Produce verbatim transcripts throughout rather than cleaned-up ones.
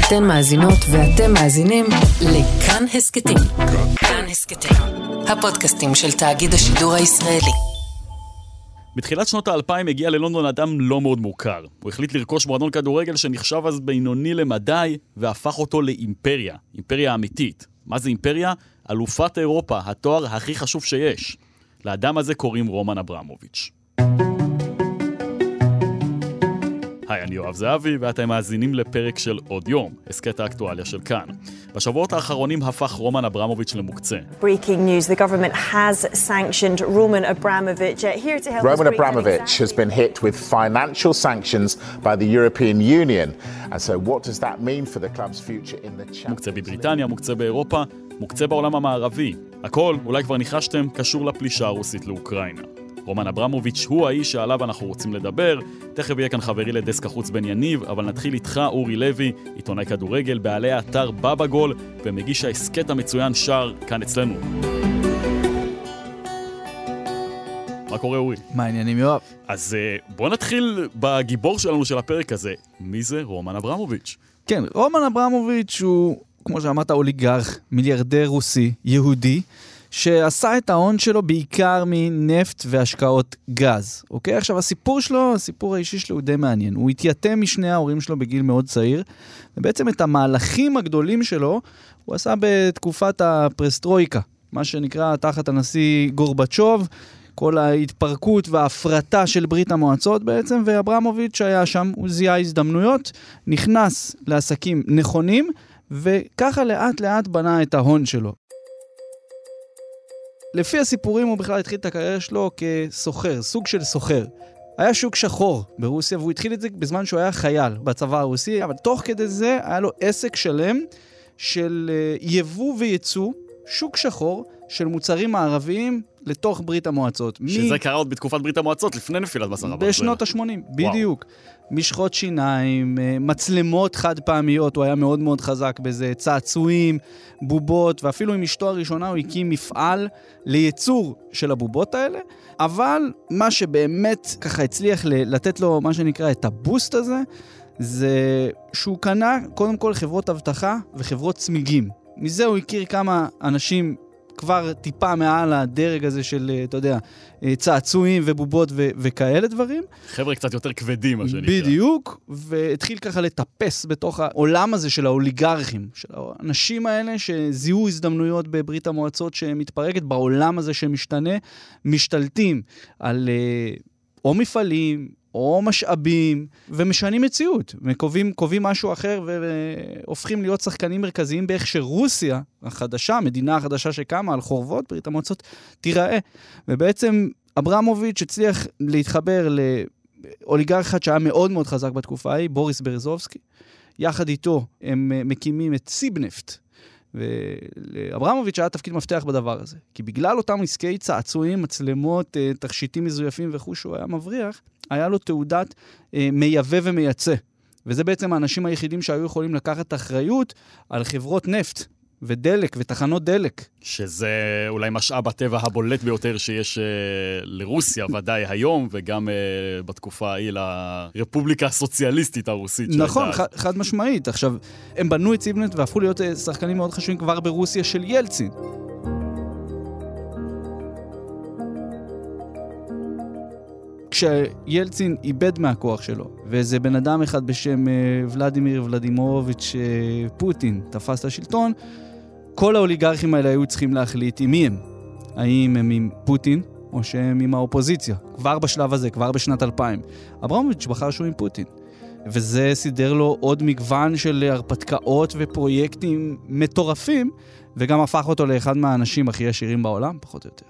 אתן מאזינות ואתם מאזינים לכאן הסקטים. כאן הסקטים, הפודקאסטים של תאגיד השידור הישראלי. בתחילת שנות האלפיים הגיע ללונדון אדם לא מאוד מוכר. הוא החליט לרכוש מועדון כדורגל שנחשב אז בינוני למדי, והפך אותו לאימפריה. אימפריה אמיתית. מה זה אימפריה? אלופת אירופה, התואר הכי חשוב שיש. לאדם הזה קוראים רומן אברמוביץ'. היי, אני יואב זהבי, ואתם מאזינים לפרק של עוד יום, הסקט האקטואליה של כאן. בשבועות האחרונים הפך רומן אברמוביץ' למוקצה. Breaking news, the government has sanctioned Roman Abramovich. Here to help Roman Abramovich has been hit with financial sanctions by the European Union. And so what does that mean for the club's future in the Champions League? מוקצה בבריטניה, מוקצה באירופה, מוקצה בעולם המערבי. הכל, אולי כבר ניחשתם, קשור לפלישה הרוסית לאוקראינה. רומן אברמוביץ' הוא האיש שעליו אנחנו רוצים לדבר. תכף יהיה כאן חברי לדסק החוץ בן יניב, אבל נתחיל איתך אורי לוי, עיתונאי כדורגל, בעלי האתר בבא גול, ומגיש ההסקט המצוין שר כאן אצלנו. מה קורה אורי? מה העניינים יואב? אז בוא נתחיל בגיבור שלנו של הפרק הזה. מי זה רומן אברמוביץ'? כן, רומן אברמוביץ' הוא, כמו שאמרת, אוליגרך, מיליארדר רוסי, יהודי, שעשה את ההון שלו בעיקר מנפט והשקעות גז. אוקיי? עכשיו, הסיפור שלו, הסיפור האישי שלו הוא די מעניין. הוא התייתם משני ההורים שלו בגיל מאוד צעיר, ובעצם את המהלכים הגדולים שלו הוא עשה בתקופת הפרסטרויקה, מה שנקרא תחת הנשיא גורבצ'וב, כל ההתפרקות וההפרטה של ברית המועצות בעצם, ואברמוביץ' היה שם, הוא זיהה הזדמנויות, נכנס לעסקים נכונים, וככה לאט לאט בנה את ההון שלו. לפי הסיפורים הוא בכלל התחיל את הקריירה שלו כסוחר, סוג של סוחר. היה שוק שחור ברוסיה, והוא התחיל את זה בזמן שהוא היה חייל בצבא הרוסי, אבל תוך כדי זה היה לו עסק שלם של יבוא וייצוא, שוק שחור של מוצרים מערביים לתוך ברית המועצות. שזה מ... קרה עוד בתקופת ברית המועצות, לפני נפילת בשר הברזל. בשנות ה-שמונים, בדיוק. משחות שיניים, מצלמות חד פעמיות, הוא היה מאוד מאוד חזק בזה, צעצועים, בובות, ואפילו עם אשתו הראשונה הוא הקים מפעל לייצור של הבובות האלה, אבל מה שבאמת ככה הצליח לתת לו מה שנקרא את הבוסט הזה, זה שהוא קנה קודם כל חברות אבטחה וחברות צמיגים. מזה הוא הכיר כמה אנשים כבר טיפה מעל הדרג הזה של, אתה יודע, צעצועים ובובות ו- וכאלה דברים. חבר'ה קצת יותר כבדים, מה שנקרא. בדיוק, והתחיל ככה לטפס בתוך העולם הזה של האוליגרכים, של האנשים האלה שזיהו הזדמנויות בברית המועצות שמתפרקת, בעולם הזה שמשתנה, משתלטים על או מפעלים, או משאבים, ומשנים מציאות. וקובעים, קובעים משהו אחר, והופכים להיות שחקנים מרכזיים באיך שרוסיה החדשה, המדינה החדשה שקמה על חורבות ברית המועצות, תיראה. ובעצם אברמוביץ' הצליח להתחבר לאוליגרך אחד שהיה מאוד מאוד חזק בתקופה ההיא, בוריס ברזובסקי. יחד איתו הם מקימים את סיבנפט, ולאברמוביץ' היה תפקיד מפתח בדבר הזה. כי בגלל אותם עסקי צעצועים, מצלמות, תכשיטים מזויפים וכו' שהוא היה מבריח, היה לו תעודת מייבא ומייצא. וזה בעצם האנשים היחידים שהיו יכולים לקחת אחריות על חברות נפט ודלק ותחנות דלק. שזה אולי משאב הטבע הבולט ביותר שיש לרוסיה, ודאי היום, וגם בתקופה ההיא לרפובליקה הסוציאליסטית הרוסית. נכון, ח- חד משמעית. עכשיו, הם בנו את סיבנט והפכו להיות שחקנים מאוד חשובים כבר ברוסיה של ילצין. כשילצין איבד מהכוח שלו, ואיזה בן אדם אחד בשם ולדימיר ולדימורוביץ' פוטין תפס את השלטון, כל האוליגרכים האלה היו צריכים להחליט עם מי הם. האם הם עם פוטין, או שהם עם האופוזיציה. כבר בשלב הזה, כבר בשנת אלפיים. אברמוביץ' בחר שהוא עם פוטין. וזה סידר לו עוד מגוון של הרפתקאות ופרויקטים מטורפים, וגם הפך אותו לאחד מהאנשים הכי עשירים בעולם, פחות או יותר.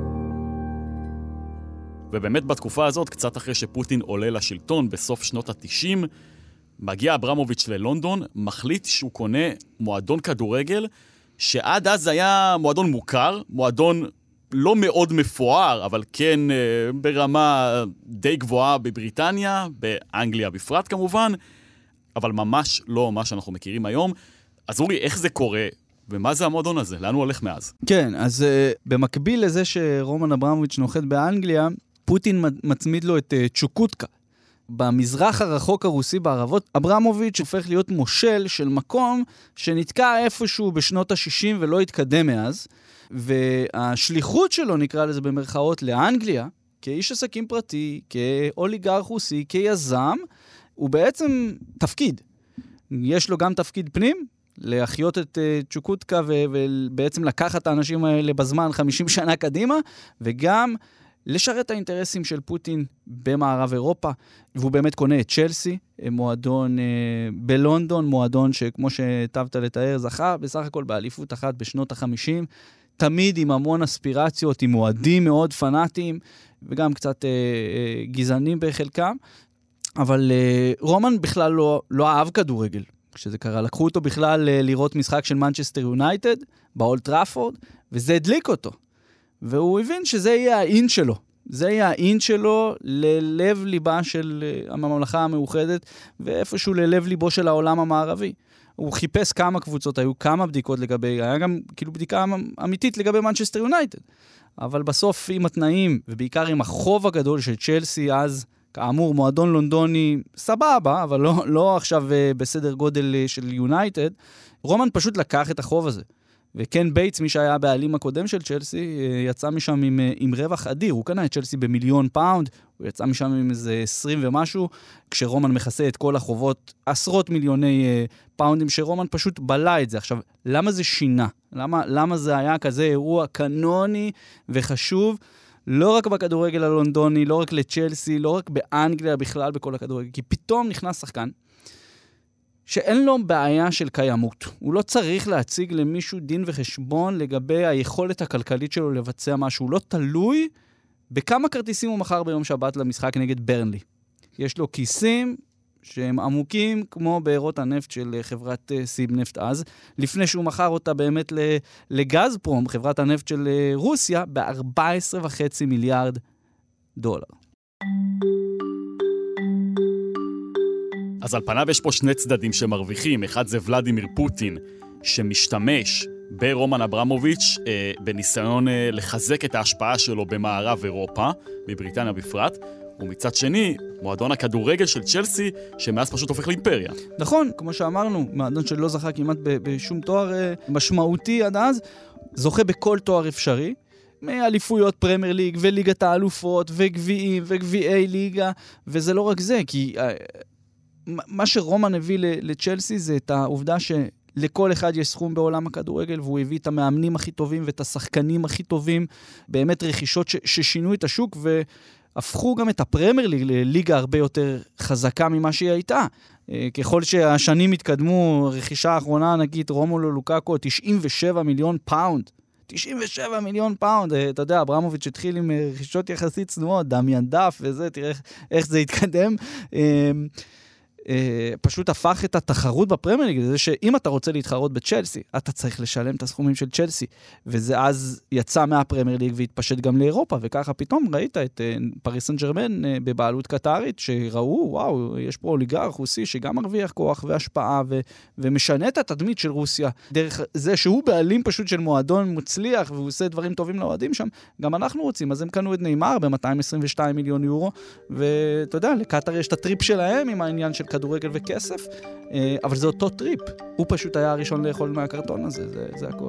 ובאמת בתקופה הזאת, קצת אחרי שפוטין עולה לשלטון בסוף שנות ה-תשעים, מגיע אברמוביץ' ללונדון, מחליט שהוא קונה מועדון כדורגל, שעד אז היה מועדון מוכר, מועדון לא מאוד מפואר, אבל כן ברמה די גבוהה בבריטניה, באנגליה בפרט כמובן, אבל ממש לא מה שאנחנו מכירים היום. אז אורי, איך זה קורה? ומה זה המועדון הזה? לאן הוא הולך מאז? כן, אז uh, במקביל לזה שרומן אברמוביץ' נוחת באנגליה, פוטין מצמיד לו את uh, צ'וקוטקה, במזרח הרחוק הרוסי בערבות, אברמוביץ' הופך להיות מושל של מקום שנתקע איפשהו בשנות ה-שישים ולא התקדם מאז, והשליחות שלו, נקרא לזה במרכאות, לאנגליה, כאיש עסקים פרטי, כאוליגרך רוסי, כיזם, הוא בעצם תפקיד. יש לו גם תפקיד פנים, להחיות את uh, צ'וקוטקה ו- ובעצם לקחת את האנשים האלה בזמן חמישים שנה קדימה, וגם לשרת את האינטרסים של פוטין במערב אירופה, והוא באמת קונה את צ'לסי, מועדון uh, בלונדון, מועדון שכמו שטבת לתאר זכה, בסך הכל באליפות אחת בשנות ה-חמישים, תמיד עם המון אספירציות, עם מועדים מאוד פנאטיים, וגם קצת uh, uh, גזענים בחלקם, אבל uh, רומן בכלל לא, לא אהב כדורגל. כשזה קרה, לקחו אותו בכלל uh, לראות משחק של מנצ'סטר יונייטד, באולד טראפורד, וזה הדליק אותו. והוא הבין שזה יהיה האין שלו. זה יהיה האין שלו ללב ליבה של uh, הממלכה המאוחדת, ואיפשהו ללב ליבו של העולם המערבי. הוא חיפש כמה קבוצות, היו כמה בדיקות לגבי, היה גם כאילו בדיקה אמיתית לגבי מנצ'סטר יונייטד. אבל בסוף עם התנאים, ובעיקר עם החוב הגדול של צ'לסי, אז כאמור מועדון לונדוני סבבה, אבל לא, לא עכשיו בסדר גודל של יונייטד, רומן פשוט לקח את החוב הזה. וכן בייטס, מי שהיה הבעלים הקודם של צ'לסי, יצא משם עם, עם רווח אדיר. הוא קנה את צ'לסי במיליון פאונד, הוא יצא משם עם איזה עשרים ומשהו, כשרומן מכסה את כל החובות, עשרות מיליוני פאונדים, שרומן פשוט בלה את זה. עכשיו, למה זה שינה? למה, למה זה היה כזה אירוע קנוני וחשוב? לא רק בכדורגל הלונדוני, לא רק לצ'לסי, לא רק באנגליה, בכלל בכל הכדורגל, כי פתאום נכנס שחקן, שאין לו בעיה של קיימות. הוא לא צריך להציג למישהו דין וחשבון לגבי היכולת הכלכלית שלו לבצע משהו. הוא לא תלוי בכמה כרטיסים הוא מכר ביום שבת למשחק נגד ברנלי. יש לו כיסים שהם עמוקים כמו בארות הנפט של חברת סיב נפט אז, לפני שהוא מכר אותה באמת לגזפרום, חברת הנפט של רוסיה, ב-ארבע עשרה וחצי מיליארד דולר. אז על פניו יש פה שני צדדים שמרוויחים. אחד זה ולדימיר פוטין, שמשתמש ברומן אברמוביץ' אה, בניסיון אה, לחזק את ההשפעה שלו במערב אירופה, בבריטניה בפרט, ומצד שני, מועדון הכדורגל של צ'לסי, שמאז פשוט הופך לאימפריה. נכון, כמו שאמרנו, מועדון שלא זכה כמעט בשום תואר אה, משמעותי עד אז, זוכה בכל תואר אפשרי, מאליפויות פרמייר ליג וליגת האלופות וגביעים וגביעי ליגה, וזה לא רק זה, כי אה, מה שרומן הביא לצ'לסי זה את העובדה שלכל אחד יש סכום בעולם הכדורגל, והוא הביא את המאמנים הכי טובים ואת השחקנים הכי טובים, באמת רכישות ש- ששינו את השוק, והפכו גם את הפרמייר ליג לליגה הרבה יותר חזקה ממה שהיא הייתה. ככל שהשנים התקדמו, רכישה האחרונה, נגיד רומולו לוקאקו, תשעים ושבעה מיליון פאונד. תשעים ושבעה מיליון פאונד, אתה יודע, אברמוביץ' התחיל עם רכישות יחסית צנועות, דמיין דף וזה, תראה איך זה התקדם. פשוט הפך את התחרות בפרמייר ליג, זה שאם אתה רוצה להתחרות בצ'לסי, אתה צריך לשלם את הסכומים של צ'לסי, וזה אז יצא מהפרמייר ליג והתפשט גם לאירופה, וככה פתאום ראית את פריס סן ז'רמן בבעלות קטרית, שראו, וואו, יש פה אוליגרך רוסי שגם מרוויח כוח והשפעה, ו- ומשנה את התדמית של רוסיה, דרך זה שהוא בעלים פשוט של מועדון מוצליח, והוא עושה דברים טובים לאוהדים שם, גם אנחנו רוצים, אז הם קנו את ניימר ב-מאתיים עשרים ושתיים מיליון יורו, ואתה יודע, לקטר יש את הטריפ שלהם עם העניין של כדורגל וכסף, אבל זה אותו טריפ. הוא פשוט היה הראשון לאכול מהקרטון הזה, זה, זה הכל.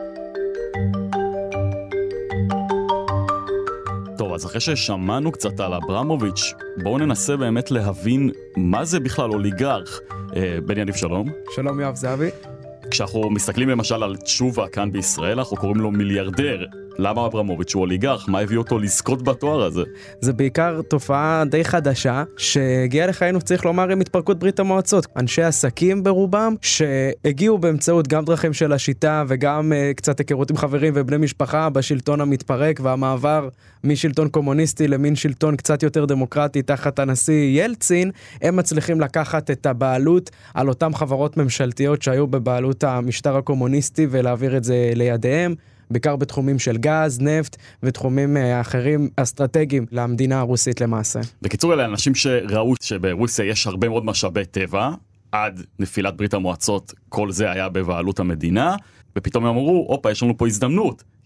טוב, אז אחרי ששמענו קצת על אברמוביץ', בואו ננסה באמת להבין מה זה בכלל אוליגרך. בן יניב, שלום. שלום יואב זהבי. כשאנחנו מסתכלים למשל על תשובה כאן בישראל, אנחנו קוראים לו מיליארדר. למה אברמוביץ' הוא אוליגרך? מה הביא אותו לזכות בתואר הזה? זה בעיקר תופעה די חדשה, שהגיעה לחיינו, צריך לומר, עם התפרקות ברית המועצות. אנשי עסקים ברובם, שהגיעו באמצעות גם דרכים של השיטה, וגם uh, קצת היכרות עם חברים ובני משפחה בשלטון המתפרק, והמעבר משלטון קומוניסטי למין שלטון קצת יותר דמוקרטי תחת הנשיא ילצין, הם מצליחים לקחת את הבעלות על אותם חברות ממשלתיות שהיו בבעלות המשטר הקומוניסטי, ולהעביר את זה לידיהם. בעיקר בתחומים של גז, נפט ותחומים אחרים אסטרטגיים למדינה הרוסית למעשה. בקיצור, אלה אנשים שראו שברוסיה יש הרבה מאוד משאבי טבע, עד נפילת ברית המועצות כל זה היה בבעלות המדינה, ופתאום הם אמרו, אופה, יש לנו פה הזדמנות,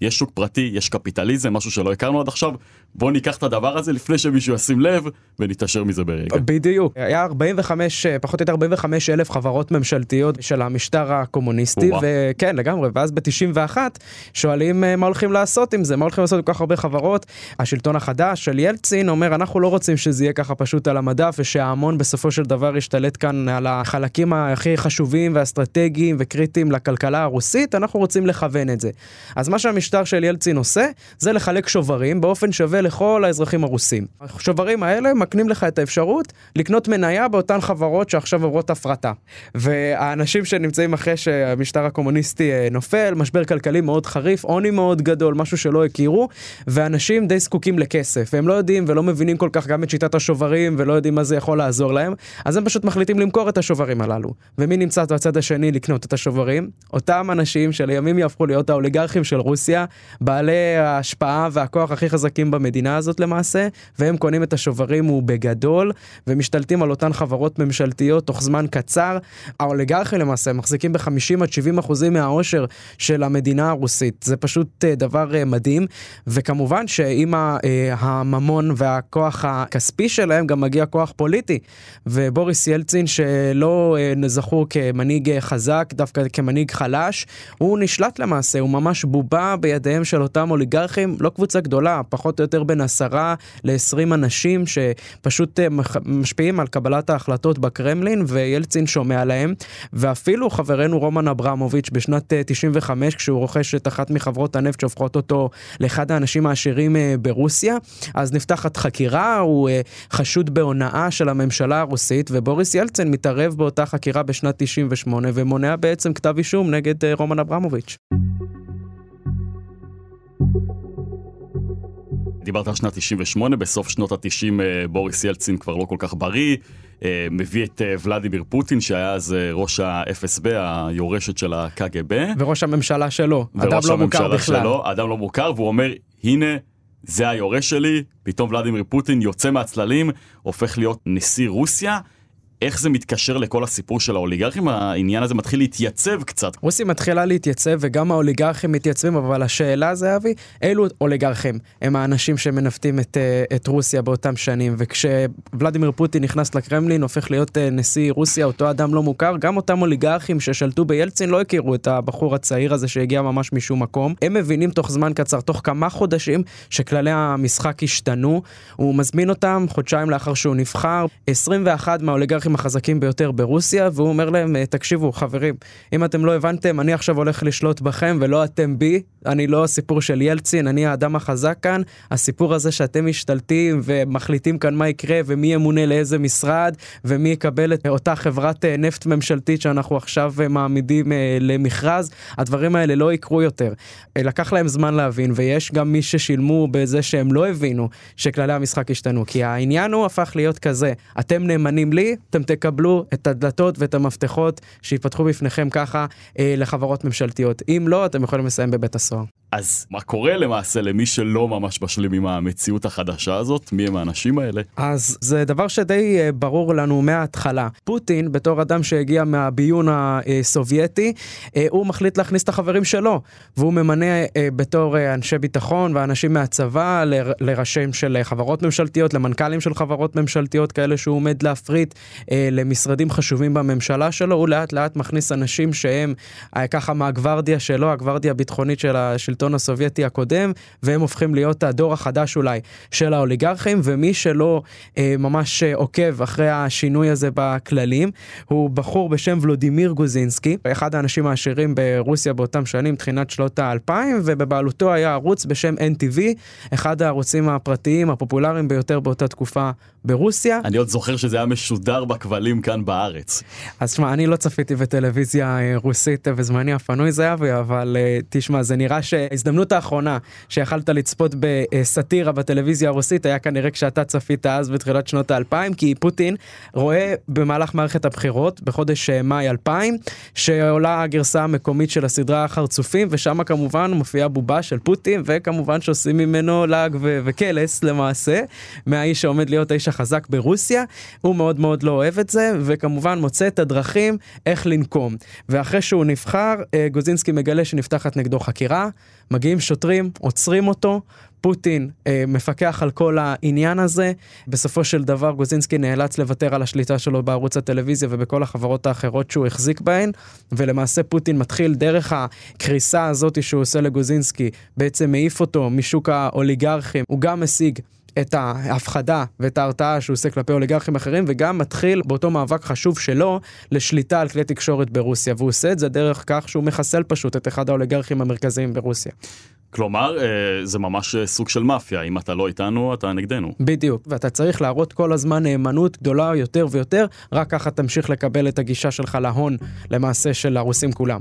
יש שוק פרטי, יש קפיטליזם, משהו שלא הכרנו עד עכשיו, בוא ניקח את הדבר הזה לפני שמישהו ישים לב, ונתאשר מזה ברגע. בדיוק. היה ארבעים וחמש, פחות או יותר ארבעים וחמש אלף חברות ממשלתיות של המשטר הקומוניסטי, וכן, לגמרי, ואז ב-תשעים ואחת שואלים מה הולכים לעשות עם זה, מה הולכים לעשות עם כל כך הרבה חברות. השלטון החדש של ילצין אומר, אנחנו לא רוצים שזה יהיה ככה פשוט על המדף, ושההמון בסופו של דבר ישתלט כאן על החלקים הכי חשובים ואסטרטגיים וקריטיים לכלכלה הרוסית, אנחנו רוצים לכוון את זה. אז מה שהמשטר של ילצין עושה, זה לחלק שוברים באופן שווה לכל האזרחים הרוסים. השוברים האלה מקנים לך את האפשרות לקנות מניה באותן חברות שעכשיו עוברות הפרטה. והאנשים שנמצאים אחרי שהמשטר הקומוניסטי נופל, משבר כלכלי מאוד חריף, עוני מאוד גדול, משהו שלא הכירו, ואנשים די זקוקים לכסף. והם לא יודעים ולא מבינים כל כך גם את שיטת השוברים, ולא יודעים מה זה יכול לעזור להם, אז הם פשוט מחליטים למכור את השוברים הללו. ומי נמצא בצד השני לקנות את השוברים? אותם אנשים שלימים יהפכו להיות האוליגרכים של רוסיה, בעלי ההשפעה והכוח הכי חזקים במדינה הזאת למעשה, והם קונים את השוברים ובגדול, ומשתלטים על אותן חברות ממשלתיות תוך זמן קצר. האוליגרכים למעשה מחזיקים ב-חמישים עד שבעים אחוזים מהעושר של המדינה הרוסית. זה פשוט דבר מדהים, וכמובן שעם הממון והכוח הכספי שלהם גם מגיע כוח פוליטי, ובוריס ילצין שלא זכור כמנהיג חזק, דווקא כמנהיג חלש, הוא נשלט למעשה, הוא ממש בובה בידיהם של אותם אוליגרכים, לא קבוצה גדולה, פחות או יותר בין עשרה לעשרים אנשים שפשוט משפיעים על קבלת ההחלטות בקרמלין, וילצין שומע להם, ואפילו חברנו רומן אברמוביץ' בשנת תשעים וחמש, כשהוא רוכש את אחת מחברות הנפט שהופכות אותו לאחד האנשים העשירים ברוסיה, אז נפתחת חקירה, הוא חשוד בהונאה של הממשלה הרוסית, ובוריס ילצין מתערב באותה חקירה בשנת תשעים ושמונה, ומונע בעצם כתב אישום נגד רומן אברמוביץ'. דיברת על שנת תשעים ושמונה, בסוף שנות ה-תשעים בוריס ילצין כבר לא כל כך בריא, מביא את ולדימיר פוטין, שהיה אז ראש ה-אף אס בי, היורשת של ה-קה גה בה. וראש הממשלה שלו, אדם לא מוכר בכלל. שלו, אדם לא מוכר, והוא אומר, הנה, זה היורש שלי, פתאום ולדימיר פוטין יוצא מהצללים, הופך להיות נשיא רוסיה. איך זה מתקשר לכל הסיפור של האוליגרכים? העניין הזה מתחיל להתייצב קצת. רוסיה מתחילה להתייצב, וגם האוליגרכים מתייצבים, אבל השאלה זה, אבי, אילו אוליגרכים הם האנשים שמנפתים את, את רוסיה באותם שנים, וכשוולדימיר פוטין נכנס לקרמלין, הופך להיות נשיא רוסיה, אותו אדם לא מוכר, גם אותם אוליגרכים ששלטו בילצין לא הכירו את הבחור הצעיר הזה שהגיע ממש משום מקום. הם מבינים תוך זמן קצר, תוך כמה חודשים, שכללי המשחק השתנו. הוא מזמין אותם חודשיים לאחר שהוא נבחר, עשרים ואחד מהאוליגרכים החזקים ביותר ברוסיה, והוא אומר להם, תקשיבו חברים, אם אתם לא הבנתם, אני עכשיו הולך לשלוט בכם ולא אתם בי, אני לא הסיפור של ילצין, אני האדם החזק כאן, הסיפור הזה שאתם משתלטים ומחליטים כאן מה יקרה ומי ימונה לאיזה משרד ומי יקבל את אותה חברת נפט ממשלתית שאנחנו עכשיו מעמידים למכרז, הדברים האלה לא יקרו יותר. לקח להם זמן להבין, ויש גם מי ששילמו בזה שהם לא הבינו שכללי המשחק השתנו, כי העניין הוא הפך להיות כזה, אתם נאמנים לי, אתם תקבלו את הדלתות ואת המפתחות שיפתחו בפניכם ככה אה, לחברות ממשלתיות. אם לא, אתם יכולים לסיים בבית הסוהר. אז מה קורה למעשה למי שלא ממש בשלים עם המציאות החדשה הזאת? מי הם האנשים האלה? אז זה דבר שדי אה, ברור לנו מההתחלה. פוטין, בתור אדם שהגיע מהביון הסובייטי, אה, הוא מחליט להכניס את החברים שלו, והוא ממנה אה, בתור אה, אנשי ביטחון ואנשים מהצבא ל- לראשים של חברות ממשלתיות, למנכ"לים של חברות ממשלתיות כאלה שהוא עומד להפריט אה, למשרדים חשובים בממשלה שלו. הוא לאט לאט מכניס אנשים שהם אה, ככה מהגוורדיה שלו, הגוורדיה הביטחונית של השלטון הסובייטי הקודם, והם הופכים להיות הדור החדש אולי של האוליגרכים, ומי שלא אה, ממש אה, עוקב אחרי השינוי הזה בכללים, הוא בחור בשם ולודימיר גוזינסקי, אחד האנשים העשירים ברוסיה באותם שנים, תחילת שנות האלפיים, ובבעלותו היה ערוץ בשם אן טי וי, אחד הערוצים הפרטיים הפופולריים ביותר באותה תקופה ברוסיה. אני עוד זוכר שזה היה משודר בכבלים כאן בארץ. אז תשמע, אני לא צפיתי בטלוויזיה רוסית בזמני הפנוי זה אבי, אבל תשמע, זה נראה שההזדמנות האחרונה שיכלת לצפות בסאטירה בטלוויזיה הרוסית היה כנראה כשאתה צפית אז בתחילת שנות האלפיים, כי פוטין רואה במהלך מערכת הבחירות בחודש מאי אלפיים, שעולה הגרסה המקומית של הסדרה חרצופים, ושם כמובן מופיעה בובה של פוטין, וכמובן שעושים ממנו לג ו- וקלס למעשה, מהאיש שעומד להיות האיש החזק ברוסיה. הוא מאוד מאוד לא אוהב את זה, וכמובן מוצא את הדרכים איך לנקום. ואחרי שהוא נבחר, גוזינסקי מגלה שנפתחת נגדו חקירה, מגיעים שוטרים, עוצרים אותו, פוטין אה, מפקח על כל העניין הזה, בסופו של דבר גוזינסקי נאלץ לוותר על השליטה שלו בערוץ הטלוויזיה ובכל החברות האחרות שהוא החזיק בהן, ולמעשה פוטין מתחיל דרך הקריסה הזאת שהוא עושה לגוזינסקי, בעצם מעיף אותו משוק האוליגרכים, הוא גם משיג את ההפחדה ואת ההרתעה שהוא עושה כלפי אוליגרכים אחרים, וגם מתחיל באותו מאבק חשוב שלו לשליטה על כלי תקשורת ברוסיה, והוא עושה את זה דרך כך שהוא מחסל פשוט את אחד האוליגרכים המרכזיים ברוסיה. כלומר, זה ממש סוג של מאפיה, אם אתה לא איתנו, אתה נגדנו. בדיוק, ואתה צריך להראות כל הזמן נאמנות גדולה יותר ויותר, רק ככה תמשיך לקבל את הגישה שלך להון למעשה של הרוסים כולם.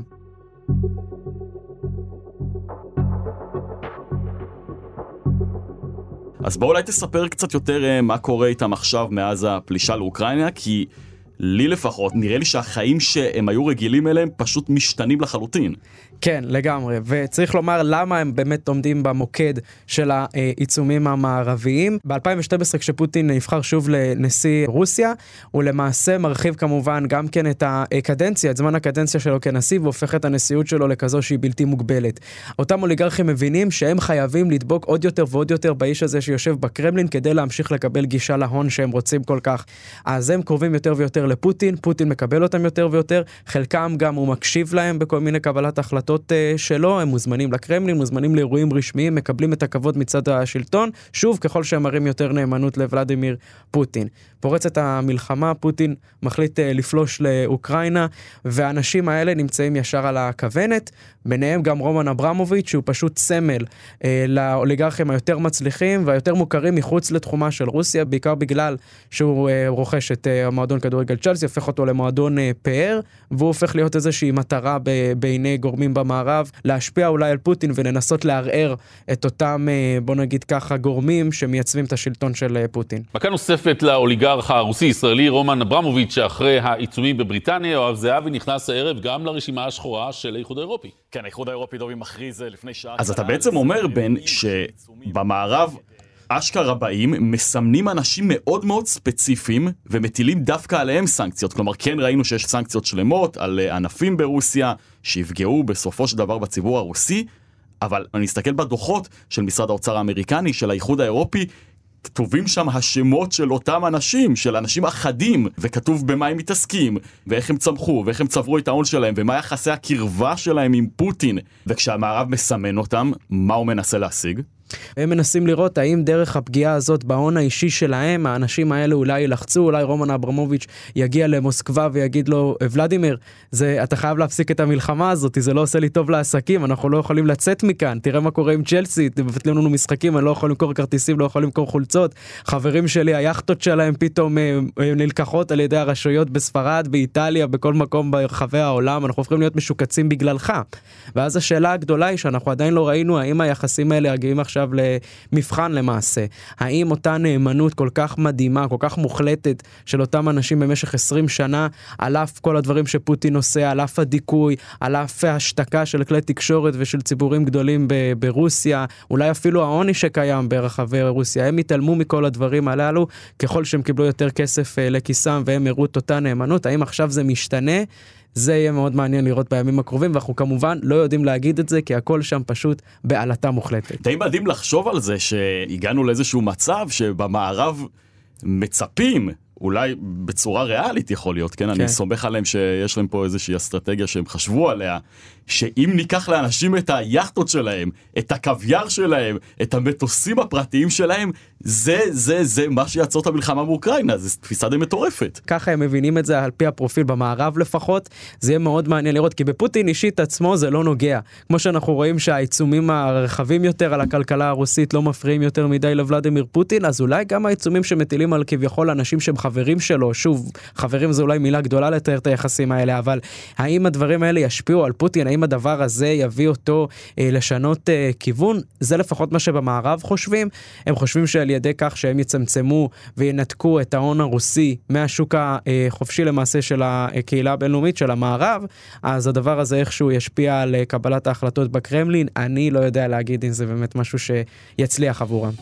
אז בואו אולי תספר קצת יותר מה קורה איתם עכשיו מאז הפלישה לאוקראינה, כי לי לפחות נראה לי שהחיים שהם היו רגילים אליהם פשוט משתנים לחלוטין. כן, לגמרי, וצריך לומר למה הם באמת עומדים במוקד של העיצומים המערביים. ב-אלפיים ושתים עשרה כשפוטין נבחר שוב לנשיא רוסיה, הוא למעשה מרחיב כמובן גם כן את הקדנציה, את זמן הקדנציה שלו כנשיא, והופך את הנשיאות שלו לכזו שהיא בלתי מוגבלת. אותם אוליגרכים מבינים שהם חייבים לדבוק עוד יותר ועוד יותר באיש הזה שיושב בקרמלין, כדי להמשיך לקבל גישה להון שהם רוצים כל כך. אז הם קרובים יותר ויותר לפוטין, פוטין מקבל אותם יותר ויותר, חלקם גם הוא מקשיב להם בכל מיני קבלת החלטות שלו, הם מוזמנים לקרמלין, מוזמנים לאירועים רשמיים, מקבלים את הכבוד מצד השלטון, שוב ככל שהם מראים יותר נאמנות לוולדימיר פוטין. פורצת המלחמה, פוטין מחליט לפלוש לאוקראינה, והאנשים האלה נמצאים ישר על הכוונת, ביניהם גם רומן אברמוביץ' שהוא פשוט סמל אה, לאוליגרכים היותר מצליחים והיותר מוכרים מחוץ לתחומה של רוסיה, בעיקר בגלל שהוא אה, רוכש את אה, המועדון כדורגל צ'לסי, הופך אותו למועדון אה, פאר, והוא הופך להיות איזושהי מטרה ב- בעיני גורמים במערב, להשפיע אולי על פוטין ולנסות לערער את אותם, אה, בוא נגיד ככה, גורמים שמייצבים את השלטון של אה, פוטין. מכה נוספת לאוליגרך הרוסי-ישראלי רומן אברמוביץ' שאחרי העיצומים בבריטניה, יואב זהבי נכנס הערב גם לרשימה השחורה של האיחוד האירופי. כן, האיחוד האירופי דובי מכריז לפני שעה. אז אתה בעצם אומר, בן, שבמערב אשכרה באים, מסמנים אנשים מאוד מאוד ספציפיים, ומטילים דווקא עליהם סנקציות. כלומר, כן ראינו שיש סנקציות שלמות על ענפים ברוסיה, שיפגעו בסופו של דבר בציבור הרוסי, אבל אני אסתכל בדוחות של משרד האוצר האמריקני, של האיחוד האירופי, כתובים שם השמות של אותם אנשים, של אנשים אחדים, וכתוב במה הם מתעסקים, ואיך הם צמחו, ואיך הם צברו את ההון שלהם, ומה יחסי הקרבה שלהם עם פוטין. וכשהמערב מסמן אותם, מה הוא מנסה להשיג? הם מנסים לראות האם דרך הפגיעה הזאת בהון האישי שלהם, האנשים האלה אולי ילחצו, אולי רומן אברמוביץ' יגיע למוסקבה ויגיד לו, ולדימיר, זה, אתה חייב להפסיק את המלחמה הזאת, זה לא עושה לי טוב לעסקים, אנחנו לא יכולים לצאת מכאן, תראה מה קורה עם צ'לסי, מבטלים לנו משחקים, אני לא יכול למכור כרטיסים, לא יכול למכור חולצות, חברים שלי, היחטות שלהם פתאום נלקחות על ידי הרשויות בספרד, באיטליה, בכל מקום ברחבי העולם, אנחנו הופכים להיות משוקצים בגללך. ואז השאלה הגדולה היא שאנחנו עדיין לא ראינו האם היחסים האלה יגיעים עכשיו למבחן למעשה. האם אותה נאמנות כל כך מדהימה, כל כך מוחלטת של אותם אנשים במשך עשרים שנה, על אף כל הדברים שפוטין עושה, על אף הדיכוי, על אף ההשתקה של כלי תקשורת ושל ציבורים גדולים ב- ברוסיה, אולי אפילו העוני שקיים ברחבי רוסיה, הם התעלמו מכל הדברים הללו, ככל שהם קיבלו יותר כסף לכיסם והם הראו את אותה נאמנות, האם עכשיו זה משתנה? זה יהיה מאוד מעניין לראות בימים הקרובים, ואנחנו כמובן לא יודעים להגיד את זה, כי הכל שם פשוט בעלתה מוחלטת. די מדהים לחשוב על זה שהגענו לאיזשהו מצב שבמערב מצפים, אולי בצורה ריאלית יכול להיות, כן? כן. אני סומך עליהם שיש להם פה איזושהי אסטרטגיה שהם חשבו עליה, שאם ניקח לאנשים את היחטות שלהם, את הקוויאר שלהם, את המטוסים הפרטיים שלהם, זה, זה, זה מה שיעצור את המלחמה באוקראינה, זו תפיסה די מטורפת. ככה הם מבינים את זה על פי הפרופיל במערב לפחות, זה יהיה מאוד מעניין לראות, כי בפוטין אישית עצמו זה לא נוגע. כמו שאנחנו רואים שהעיצומים הרחבים יותר על הכלכלה הרוסית לא מפריעים יותר מדי לוולדימיר פוטין, אז אולי גם העיצומים שמטילים על כביכול אנשים שהם חברים שלו, שוב, חברים זה אולי מילה גדולה לתאר את היחסים האלה, אבל האם הדברים האלה ישפיעו על פוטין, האם הדבר הזה יביא אותו אה, לשנות אה, כיוון? זה לפחות מה שבמערב חושבים. הם חושבים שעל ידי כך שהם יצמצמו וינתקו את ההון הרוסי מהשוק החופשי למעשה של הקהילה הבינלאומית של המערב, אז הדבר הזה איכשהו ישפיע על קבלת ההחלטות בקרמלין. אני לא יודע להגיד אם זה באמת משהו שיצליח עבורם.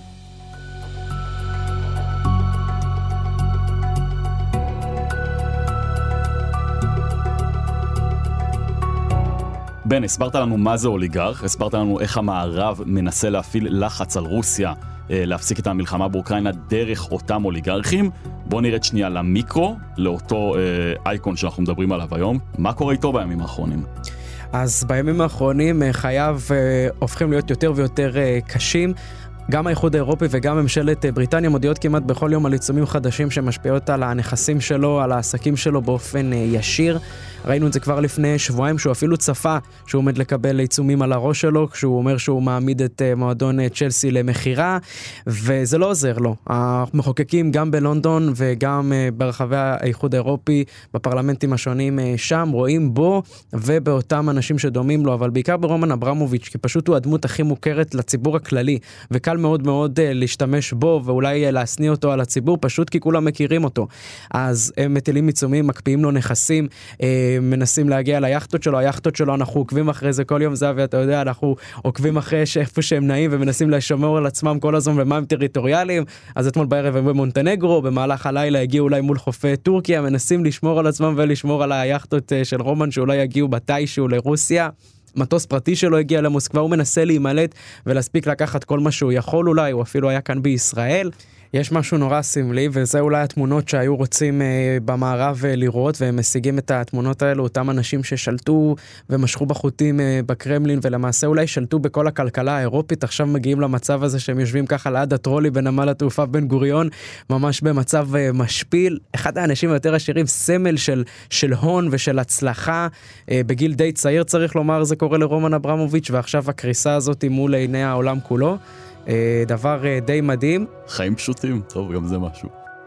בן, הסברת לנו מה זה אוליגרך, הסברת לנו איך המערב מנסה להפעיל לחץ על רוסיה, להפסיק את המלחמה באוקראינה דרך אותם אוליגרכים. בואו נרד שנייה למיקרו, לאותו אייקון שאנחנו מדברים עליו היום. מה קורה איתו בימים האחרונים? אז בימים האחרונים חייו הופכים להיות יותר ויותר קשים. גם האיחוד האירופי וגם ממשלת בריטניה מודיעות כמעט בכל יום על עיצומים חדשים שמשפיעות על הנכסים שלו, על העסקים שלו באופן ישיר. ראינו את זה כבר לפני שבועיים, שהוא אפילו צפה שהוא עומד לקבל עיצומים על הראש שלו, כשהוא אומר שהוא מעמיד את מועדון צ'לסי למחירה, וזה לא עוזר לו. המחוקקים גם בלונדון וגם ברחבי האיחוד האירופי, בפרלמנטים השונים שם, רואים בו ובאותם אנשים שדומים לו, אבל בעיקר ברומן אברמוביץ', כי פשוט הוא הדמות הכי מוכרת לציבור הכללי, וקל מאוד מאוד להשתמש בו, ואולי להסניא אותו על הציבור, פשוט כי כולם מכירים אותו. אז הם מטילים עיצומים, מקפיאים לו נכסים, מנסים להגיע ליחטות שלו, היחטות שלו, אנחנו עוקבים אחרי זה כל יום, זה, ואתה יודע, אנחנו עוקבים אחרי איפה שהם נעים, ומנסים לשמור על עצמם כל הזמן ומה הם טריטוריאליים. אז אתמול בערב הם במונטנגרו, במהלך הלילה הגיעו אולי מול חופי טורקיה, מנסים לשמור על עצמם ולשמור על היחטות של רומן, שאולי יגיעו בתישהו לרוסיה. מטוס פרטי שלו הגיע למוסקבה, הוא מנסה להימלט ולהספיק לקחת כל מה שהוא יכול אולי, הוא אפילו היה כאן בישראל. יש משהו נורא סמלי, וזה אולי התמונות שהיו רוצים אה, במערב אה, לראות, והם משיגים את התמונות האלו, אותם אנשים ששלטו ומשכו בחוטים אה, בקרמלין, ולמעשה אולי שלטו בכל הכלכלה האירופית, עכשיו מגיעים למצב הזה שהם יושבים ככה ליד הטרולי בנמל התעופה בן גוריון, ממש במצב אה, משפיל. אחד האנשים היותר עשירים, סמל של, של הון ושל הצלחה, אה, בגיל די צעיר צריך לומר, זה קורה לרומן אברמוביץ', ועכשיו הקריסה הזאת מול עיני העולם כולו. דבר די מדהים. חיים פשוטים, טוב, גם זה משהו.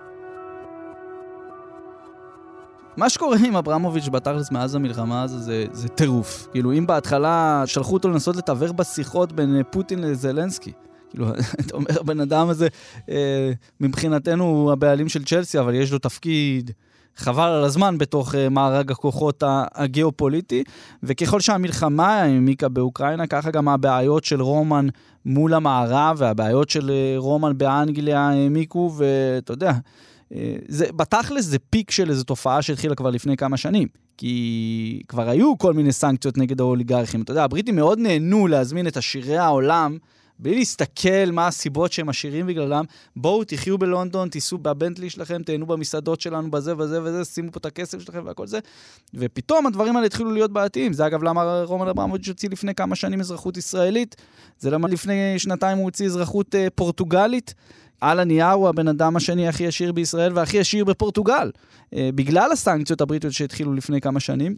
מה שקורה עם אברמוביץ' בתכלס מאז המלחמה הזו זה, זה טירוף. כאילו, אם בהתחלה שלחו אותו לנסות לתווך בשיחות בין פוטין לזלנסקי, כאילו, אתה אומר, הבן אדם הזה, אה, מבחינתנו הוא הבעלים של צ'לסי, אבל יש לו תפקיד חבל על הזמן בתוך uh, מארג הכוחות הגיאופוליטי, וככל שהמלחמה העמיקה באוקראינה, ככה גם הבעיות של רומן מול המערב, והבעיות של uh, רומן באנגליה העמיקו, ואתה יודע, uh, זה, בתכלס זה פיק של איזו תופעה שהתחילה כבר לפני כמה שנים, כי כבר היו כל מיני סנקציות נגד האוליגרכים. אתה יודע, הבריטים מאוד נהנו להזמין את עשירי העולם, בלי להסתכל מה הסיבות שהם עשירים בגללם, בואו תחיו בלונדון, תיסעו בבנטלי שלכם, תהנו במסעדות שלנו בזה וזה וזה, שימו פה את הכסף שלכם והכל זה, ופתאום הדברים האלה התחילו להיות בעייתיים. זה אגב למה רומן אברמוביץ' הוציא לפני כמה שנים אזרחות ישראלית, זה למה לפני שנתיים הוא הוציא אזרחות אה, פורטוגלית, על הנייר הוא הבן אדם השני הכי עשיר בישראל והכי עשיר בפורטוגל, אה, בגלל הסנקציות הבריטיות שהתחילו לפני כמה שנים,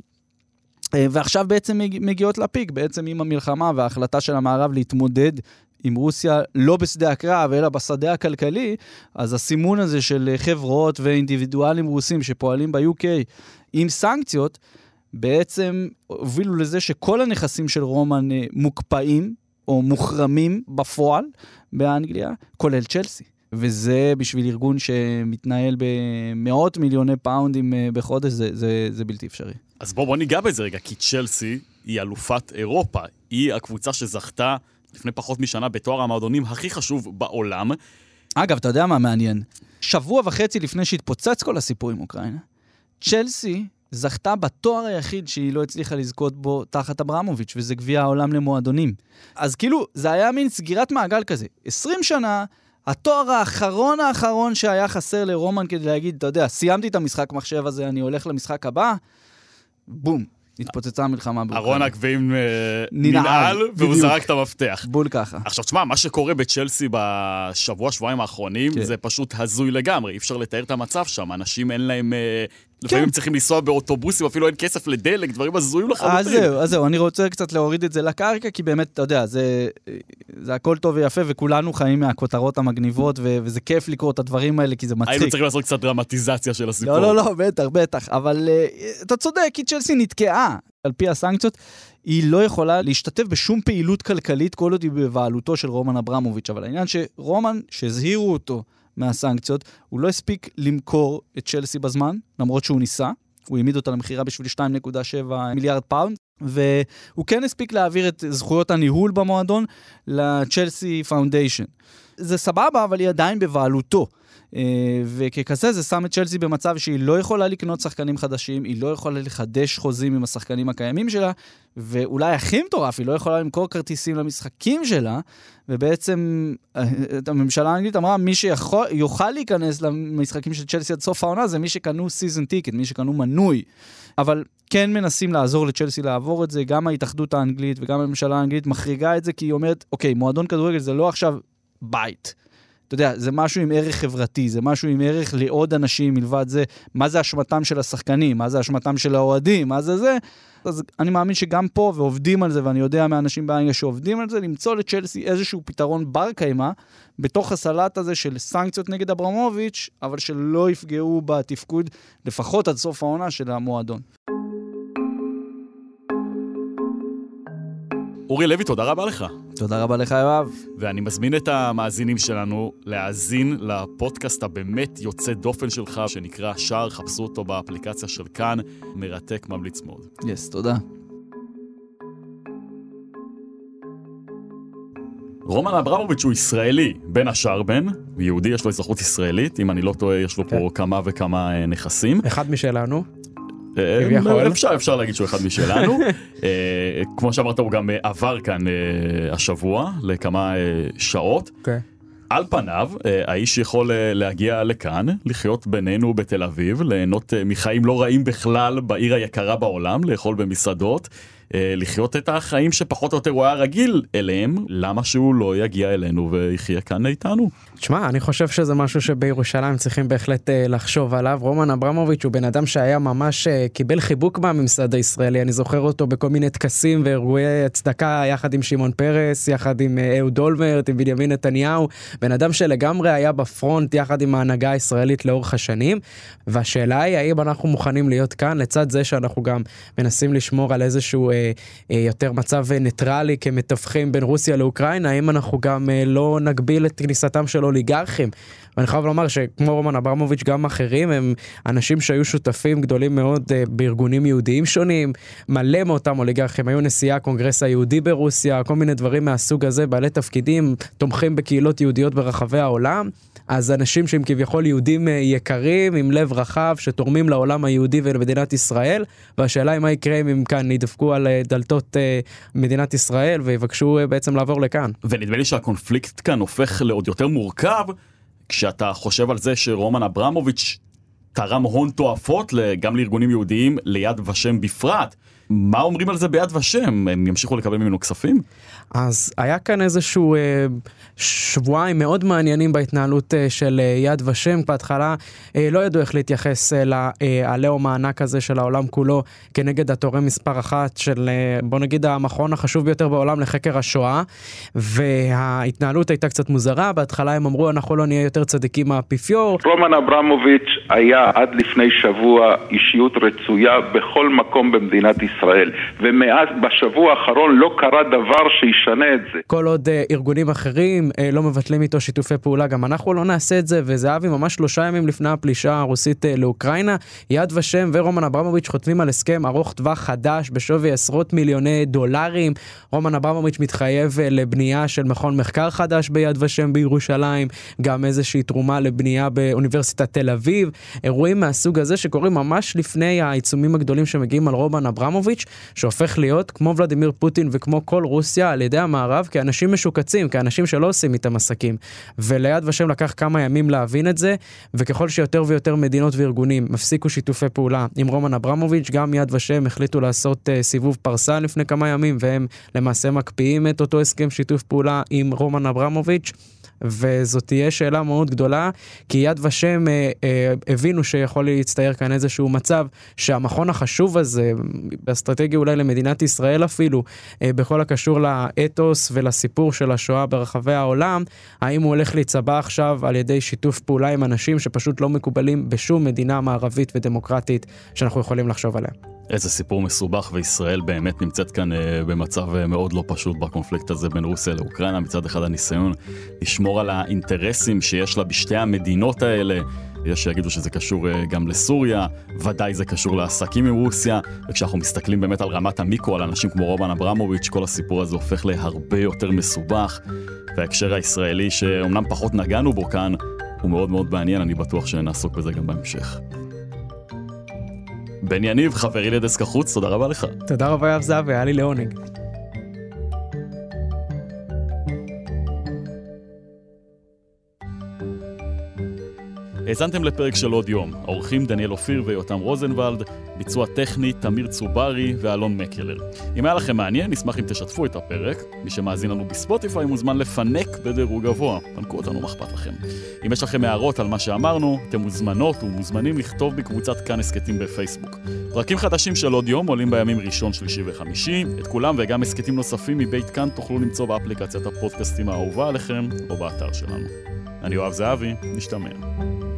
ועכשיו בעצם מגיעות לפיק, בעצם עם המלחמה וההחלטה של המערב להתמודד עם רוסיה לא בשדה הקרב, אלא בשדה הכלכלי, אז הסימון הזה של חברות ואינדיבידואלים רוסים שפועלים ב-יו קיי עם סנקציות, בעצם הובילו לזה שכל הנכסים של רומן מוקפאים או מוחרמים בפועל באנגליה, כולל צ'לסי. וזה בשביל ארגון שמתנהל במאות מיליוני פאונדים בחודש, זה, זה, זה בלתי אפשרי. אז בוא, בוא ניגע בזה רגע, כי צ'לסי היא אלופת אירופה. היא הקבוצה שזכתה לפני פחות משנה בתואר המועדונים הכי חשוב בעולם. אגב, אתה יודע מה מעניין? שבוע וחצי לפני שהתפוצץ כל הסיפור עם אוקראינה, צ'לסי זכתה בתואר היחיד שהיא לא הצליחה לזכות בו תחת אברמוביץ', וזה גביע העולם למועדונים. אז כאילו, זה היה מין סגירת מעגל כזה. עשרים שנה, התואר האחרון האחרון שהיה חסר לרומן כדי להגיד, אתה יודע, סיימתי את המשחק מחשב הזה, אני הולך למשחק הבא, בום, התפוצצה המלחמה באוקראינה. ארון הגביעים ננעל, והוא זרק את המפתח. בול ככה. עכשיו, תשמע, מה שקורה בצ'לסי בשבוע, שבועיים האחרונים, זה פשוט הזוי לגמרי, אי אפשר לתאר את המצב שם, אנשים אין להם... לפעמים צריכים לנסוע באוטובוסים, אפילו אין כסף לדלק, דברים הזויים לחלוטין. אז זהו, אז זהו, אני רוצה קצת להוריד את זה לקרקע, כי באמת, אתה יודע, זה, זה הכל טוב ויפה, וכולנו חיים מהכותרות המגניבות, ו- וזה כיף לקרוא את הדברים האלה, כי זה מצחיק. היינו צריכים לעשות קצת דרמטיזציה של הסיפור. לא, לא, לא, בטח, בטח, אבל uh, אתה צודק, כי צ'לסי נתקעה, על פי הסנקציות, היא לא יכולה להשתתף בשום פעילות כלכלית, כל עוד היא בבעלותו של רומן אברמוביץ', אבל העניין שרומן, שהזהירו אותו, מהסנקציות, הוא לא הספיק למכור את צ'לסי בזמן, למרות שהוא ניסה, הוא העמיד אותה למחירה בשביל שתיים נקודה שבע מיליארד פאונד, והוא כן הספיק להעביר את זכויות הניהול במועדון לצ'לסי פאונדיישן. זה סבבה, אבל היא עדיין בבעלותו. וככזה זה שם את צ'לסי במצב שהיא לא יכולה לקנות שחקנים חדשים, היא לא יכולה לחדש חוזים עם השחקנים הקיימים שלה, ואולי הכי מטורף, היא לא יכולה למכור כרטיסים למשחקים שלה, ובעצם הממשלה האנגלית אמרה, מי שיוכל להיכנס למשחקים של צ'לסי עד סוף העונה, זה מי שקנו סיזן טיקט, מי שקנו מנוי. אבל כן מנסים לעזור לצ'לסי לעבור את זה, גם ההתאחדות האנגלית וגם הממשלה האנגלית מחריגה את זה, כי היא אומרת, אוקיי, מועדון כדורגל זה לא עכשיו בית. אתה יודע, זה משהו עם ערך חברתי, זה משהו עם ערך לעוד אנשים מלבד זה, מה זה אשמתם של השחקנים, מה זה אשמתם של האוהדים, מה זה זה. אז אני מאמין שגם פה, ועובדים על זה, ואני יודע מהאנשים באנגליה שעובדים על זה, למצוא לצ'לסי איזשהו פתרון בר קיימא, בתוך הסלט הזה של סנקציות נגד אברמוביץ', אבל שלא יפגעו בתפקוד, לפחות עד סוף העונה של המועדון. אורי לוי, תודה רבה לך. תודה רבה לך, יואב. ואני מזמין את המאזינים שלנו להאזין לפודקאסט הבאמת יוצא דופן שלך, שנקרא שער, חפשו אותו באפליקציה של כאן, מרתק, ממליץ מאוד. יס, תודה. רומן אברמוביץ' הוא ישראלי, בין השאר בן, יהודי, יש לו אזרחות ישראלית, אם אני לא טועה, יש לו פה כמה וכמה נכסים. אחד משלנו. אפשר, אפשר להגיד שהוא אחד משלנו. כמו שאמרת, הוא גם עבר כאן השבוע לכמה שעות. על פניו, האיש יכול להגיע לכאן, לחיות בינינו בתל אביב, ליהנות מחיים לא רעים בכלל בעיר היקרה בעולם, לאכול במסעדות, לחיות את החיים שפחות או יותר הוא היה רגיל אליהם. למה שהוא לא יגיע אלינו ויחיה כאן איתנו? תשמע, אני חושב שזה משהו שבירושלים צריכים בהחלט לחשוב עליו. רומן אברמוביץ' הוא בן אדם שהיה ממש קיבל חיבוק מהממסד הישראלי. אני זוכר אותו בכל מיני טקסים ואירועי הצדקה יחד עם שמעון פרס, יחד עם אהוד אולמרט, עם בנימין נתניהו. בן אדם שלגמרי היה בפרונט יחד עם ההנהגה הישראלית לאורך השנים. והשאלה היא, האם אנחנו מוכנים להיות כאן לצד זה שאנחנו גם מנסים לשמור על איזשהו יותר מצב ניטרלי כמתווכים בין רוסיה לאוקראינה, האם אנחנו גם לא נגביל את כניסתם של אוליגרכים. ואני חייב לומר שכמו רומן אברמוביץ' גם אחרים הם אנשים שהיו שותפים גדולים מאוד בארגונים יהודיים שונים, מלא מאותם אוליגרכים, היו נשיאי הקונגרס היהודי ברוסיה, כל מיני דברים מהסוג הזה, בעלי תפקידים, תומכים בקהילות יהודיות ברחבי העולם. אז אנשים שהם כביכול יהודים יקרים, עם לב רחב, שתורמים לעולם היהודי ולמדינת ישראל, והשאלה היא מה יקרה אם הם כאן ידפקו על דלתות מדינת ישראל, ויבקשו בעצם לעבור לכאן. ונדמה לי שהקונפליקט כאן הופך לעוד יותר מורכב, כשאתה חושב על זה שרומן אברמוביץ' תרם הון תועפות גם לארגונים יהודיים, ליד ושם בפרט. מה אומרים על זה ביד ושם? הם ימשיכו לקבל ממנו כספים? אז היה כאן איזשהו אה, שבועיים מאוד מעניינים בהתנהלות אה, של אה, יד ושם. בהתחלה אה, לא ידעו איך להתייחס אה, לעליהום הענק הזה של העולם כולו, כנגד התורם מספר אחת של, אה, בוא נגיד, המכון החשוב ביותר בעולם לחקר השואה, וההתנהלות הייתה קצת מוזרה. בהתחלה הם אמרו, אנחנו לא נהיה יותר צדיקים מהאפיפיור. רומן אברמוביץ' היה עד לפני שבוע אישיות רצויה בכל מקום במדינת ישראל, ומאז בשבוע האחרון לא קרה דבר שישנה את זה. כל עוד uh, ארגונים אחרים uh, לא מבטלים איתו שיתופי פעולה, גם אנחנו לא נעשה את זה, וזה אבי ממש שלושה ימים לפני הפלישה הרוסית uh, לאוקראינה, יד ושם ורומן אברמוביץ' חותמים על הסכם ארוך טווח חדש בשווי עשרות מיליוני דולרים. רומן אברמוביץ' מתחייב uh, לבנייה של מכון מחקר חדש ביד ושם בירושלים, גם איזושהי תרומה לבנייה באוניברסיטת תל אביב, אירועים מהסוג הזה שקורים ממש לפני העיצומים הגדולים שמגיעים על רומן אברמוביץ', שהופך להיות כמו ולדימיר פוטין וכמו כל רוסיה על ידי המערב כאנשים משוקצים, כאנשים שלא עושים איתם עסקים. וליד ושם לקח כמה ימים להבין את זה, וככל שיותר ויותר מדינות וארגונים מפסיקו שיתופי פעולה עם רומן אברמוביץ', גם יד ושם החליטו לעשות uh, סיבוב פרסה לפני כמה ימים, והם למעשה מקפיאים את אותו הסכם שיתוף פעולה עם רומן אברמוביץ'. וזאת תהיה שאלה מאוד גדולה, כי יד ושם אה, אה, הבינו שיכול להצטייר כאן איזשהו מצב שהמכון החשוב הזה, באסטרטגיה אולי למדינת ישראל אפילו, אה, בכל הקשור לאתוס ולסיפור של השואה ברחבי העולם, האם הוא הולך להצבע עכשיו על ידי שיתוף פעולה עם אנשים שפשוט לא מקובלים בשום מדינה מערבית ודמוקרטית שאנחנו יכולים לחשוב עליה. איזה סיפור מסובך, וישראל באמת נמצאת כאן אה, במצב אה, מאוד לא פשוט בקונפליקט הזה בין רוסיה לאוקראינה. מצד אחד הניסיון לשמור על האינטרסים שיש לה בשתי המדינות האלה, יש שיגידו שזה קשור אה, גם לסוריה, ודאי זה קשור לעסקים עם רוסיה, וכשאנחנו מסתכלים באמת על רמת המיקרו, על אנשים כמו רומן אברמוביץ', כל הסיפור הזה הופך להרבה יותר מסובך, וההקשר הישראלי שאומנם פחות נגענו בו כאן, הוא מאוד מאוד מעניין, אני בטוח שנעסוק בזה גם בהמשך. בן יניב, חברי לדסק החוץ, תודה רבה לך. תודה רבה יואב זהבי, היה לי לעונג. האזנתם לפרק של עוד יום, האורחים דניאל אופיר ויותם רוזנבלד, ביצוע טכני תמיר צוברי ואלון מקלר. אם היה לכם מעניין, נשמח אם תשתפו את הפרק. מי שמאזין לנו בספוטיפיי מוזמן לפנק בדירוג גבוה. פנקו אותנו, מה אכפת לכם. אם יש לכם הערות על מה שאמרנו, אתם מוזמנות ומוזמנים לכתוב בקבוצת כאן הסקטים בפייסבוק. פרקים חדשים של עוד יום עולים בימים ראשון, שלישי וחמישי. את כולם וגם הסקטים נוספים מבית כאן תוכלו למצוא באפליקציית הפודקאסטים האהובה עליכם או באתר שלנו. אני יואב זהבי, נשתמע.